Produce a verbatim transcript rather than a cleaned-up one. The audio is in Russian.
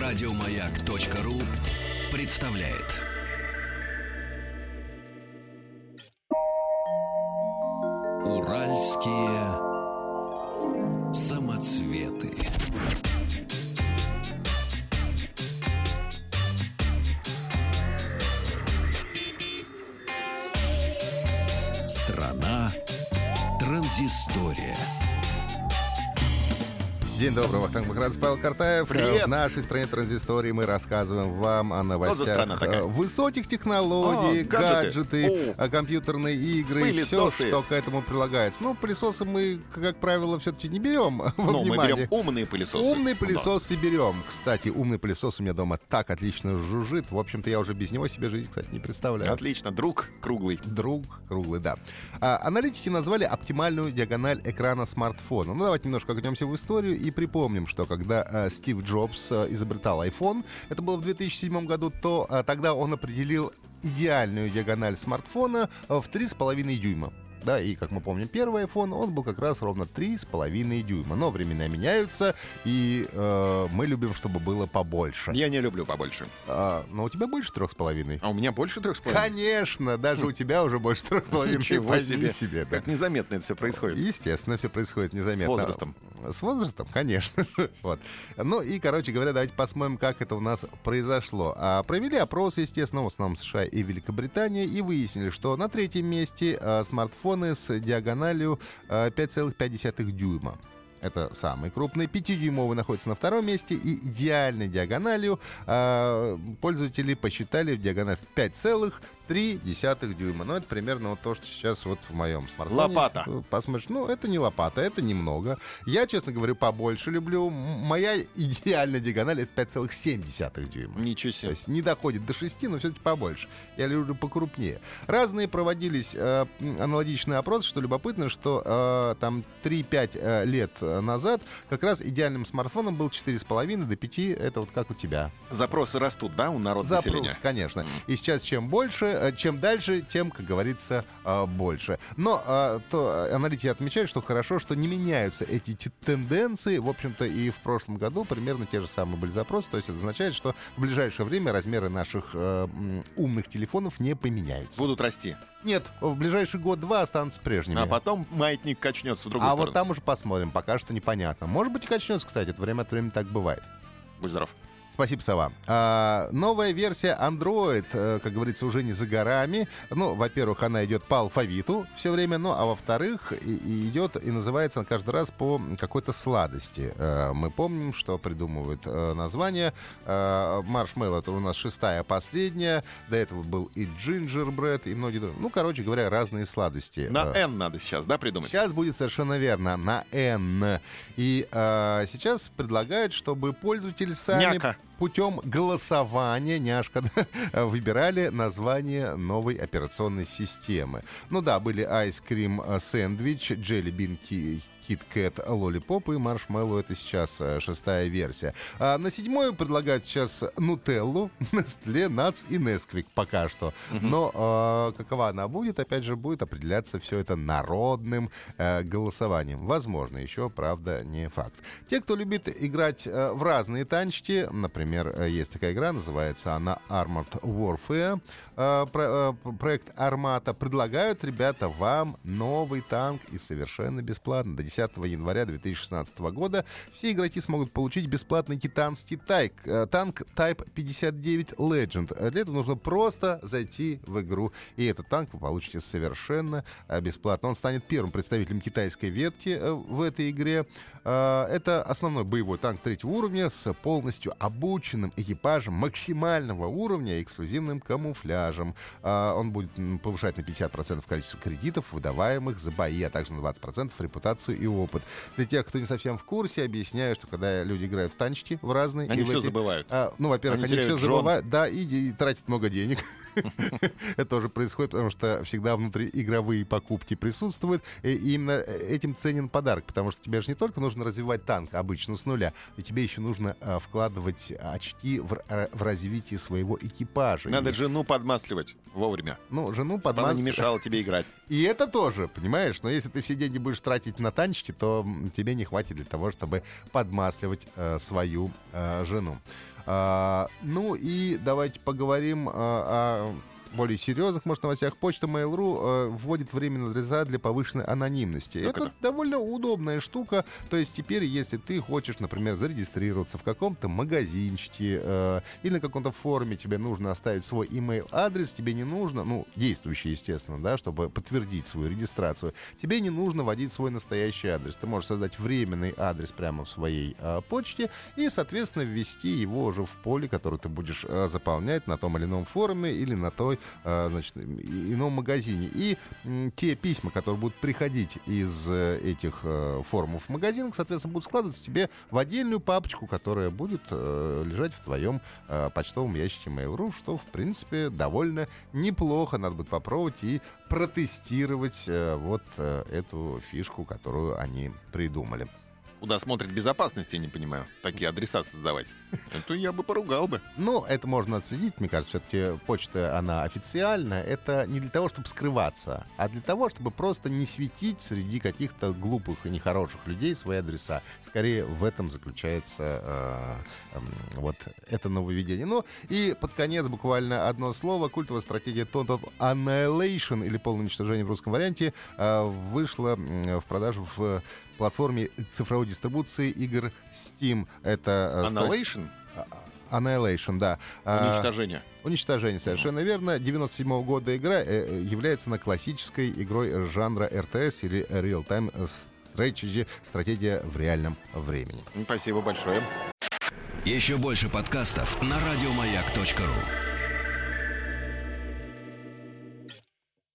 Радиомаяк.ру представляет. Уральские самоцветы. Страна транзистория. День добрый, Вахтанг Махарадзе, Павел Картаев. Привет. В нашей стране транзистории мы рассказываем вам о новостях высоких технологий, О, гаджеты, гаджеты. О, компьютерные игры, все, Пылесосы. что к этому прилагается. Ну, пылесосы мы, как правило, все-таки не берем во Ну, мы внимание. берем умные пылесосы. Умный пылесос и берем. Кстати, умный пылесос у меня дома так отлично жужжит. В общем-то, я уже без него себе жизнь, кстати, не представляю. Отлично, друг круглый. Друг круглый, да. А, аналитики назвали оптимальную диагональ экрана смартфона. Ну, давайте немножко окунемся в историю и припомним, что когда а, Стив Джобс а, изобретал iPhone, это было в две тысячи седьмом году, то а, тогда он определил идеальную диагональ смартфона а, в три с половиной дюйма. Да, и, как мы помним, первый iPhone, он был как раз ровно три с половиной дюйма. Но времена меняются, и э, мы любим, чтобы было побольше. Я не люблю побольше. А, но у тебя больше трех с половиной. А у меня больше трех с половиной? Конечно, даже у тебя уже больше трех с половиной. Ничего Возьми себе. себе, да. Как незаметно это все происходит. Естественно, все происходит незаметно. С возрастом. С возрастом, конечно. Вот. Ну и, короче говоря, давайте посмотрим, как это у нас произошло. А, провели опрос, естественно, в основном США и Великобритания, и выяснили, что на третьем месте а, смартфоны с диагональю а, пять целых пять десятых дюйма. Это самый крупный. пятидюймовый находится на втором месте. И идеальной диагональю э, пользователи посчитали в диагональ в пять целых три десятых дюйма. Ну, это примерно вот то, что сейчас вот в моем смартфоне. Лопата. Посмотришь, ну, это не лопата, это немного. Я, честно говоря, побольше люблю. М- Моя идеальная диагональ — это пять целых семь десятых дюйма. Ничего То себе. есть не доходит до шести, но все-таки побольше. Я люблю покрупнее. Разные проводились э, аналогичные опросы, что любопытно, что э, там три-пять э, лет назад как раз идеальным смартфоном был четыре с половиной до пяти. Это вот как у тебя. Запросы растут, да, у народа Запрос, населения? конечно. И сейчас чем больше, э, чем дальше, тем, как говорится, э, больше. Но э, то, э, аналитики отмечают, что хорошо, что не меняются эти те- тенденции. В общем-то, и в прошлом году примерно те же самые были запросы. То есть это означает, что в ближайшее время размеры наших э, м, умных телефонов не поменяются. Будут расти. Нет, в ближайший год-два останутся прежними. А потом маятник качнется в другую А сторону. вот там уже посмотрим. Пока что непонятно. Может быть, и качнется, кстати. Это время от времени так бывает. Будь здоров. Спасибо, Сова. А, новая версия Android, э, как говорится, уже не за горами. Ну, во-первых, она идет по алфавиту все время, ну, а во-вторых, и, и идет и называется она каждый раз по какой-то сладости. Э, мы помним, что придумывают э, название. Э, Marshmallow — это у нас шестая, последняя. До этого был и Gingerbread, и многие другие. Ну, короче говоря, разные сладости. На Э, N надо сейчас, да, придумать? Сейчас будет совершенно верно, на N. И э, сейчас предлагают, чтобы пользователи сами Няка. путем голосования, няшка, да, выбирали название новой операционной системы. Ну да, были Ice Cream Sandwich, Jelly Bean Ki- Kit Kat, Lollipop и Marshmallow. Это сейчас э, шестая версия. А на седьмую предлагают сейчас Нутеллу, Nestle, Nuts и Nesquik пока что. Но э, какова она будет, опять же, будет определяться все это народным э, голосованием. Возможно, еще, правда, не факт. Те, кто любит играть э, в разные танчики, например, э, есть такая игра, называется она Armored Warfare, э, про- э, проект Армата, предлагают, ребята, вам новый танк и совершенно бесплатно. До десятого января две тысячи шестнадцатого года все игроки смогут получить бесплатный титанский тайк, э, танк Type пятьдесят девять Legend. Э, Для этого нужно просто зайти в игру, и этот танк вы получите совершенно э, бесплатно. Он станет первым представителем китайской ветки э, в этой игре. Э, Это основной боевой танк третьего уровня с полностью обученным экипажем максимального уровня и эксклюзивным камуфляжем. Э, Он будет м, повышать на пятьдесят процентов количество кредитов, выдаваемых за бои, а также на двадцать процентов репутацию и опыт. Для тех, кто не совсем в курсе, объясняю, что когда люди играют в танчики в разные... Они и в все эти- забывают. а, ну, во-первых, Они они, все теряют жен. забывают, да, и, и тратят много денег. Это тоже происходит, потому что всегда внутриигровые покупки присутствуют. И именно этим ценен подарок, потому что тебе же не только нужно развивать танк обычно с нуля, но тебе еще нужно а, вкладывать очки в, р- в развитие своего экипажа. Надо И, жену подмасливать вовремя. ну, жену Чтобы она не подмаз... мешала тебе играть. И это тоже, понимаешь? Но если ты все деньги будешь тратить на танчики, то м, тебе не хватит для того, чтобы подмасливать э, свою э, жену. А, ну и давайте поговорим э, о более серьезных, может, новостях. Почта Mail.ru э, вводит временные адреса для повышенной анонимности. Как Это, это? довольно удобная штука. То есть теперь, если ты хочешь, например, зарегистрироваться в каком-то магазинчике э, или на каком-то форуме, тебе нужно оставить свой email-адрес, тебе не нужно, ну, действующий, естественно, да, чтобы подтвердить свою регистрацию, тебе не нужно вводить свой настоящий адрес. Ты можешь создать временный адрес прямо в своей э, почте и, соответственно, ввести его уже в поле, которое ты будешь э, заполнять на том или ином форуме или на той значит, ином магазине. И м, те письма, которые будут приходить из э, этих э, форумов в магазинах, соответственно, будут складываться тебе в отдельную папочку, которая будет э, лежать в твоем э, почтовом ящике Mail.ru, что, в принципе, довольно неплохо. Надо будет попробовать и протестировать э, вот э, эту фишку, которую они придумали. Куда смотрит безопасность, я не понимаю. Такие адреса создавать. Это я бы поругал бы. Ну, это можно отследить. Мне кажется, все-таки почта, она официальная. Это не для того, чтобы скрываться, а для того, чтобы просто не светить среди каких-то глупых и нехороших людей свои адреса. Скорее, в этом заключается э, э, вот это нововведение. Ну, и под конец буквально одно слово. Культовая стратегия Total Annihilation, или полное уничтожение в русском варианте, э, вышла э, в продажу в платформе цифровой дистрибуции игр Steam. Это э, Annihilation? Annihilation, да. Уничтожение. А, уничтожение, совершенно верно. девяносто седьмого года игра э, является на классической игрой жанра эр тэ эс или Real Time Strategy, стратегия в реальном времени. Спасибо большое. Еще больше подкастов на радиомаяк точка ру.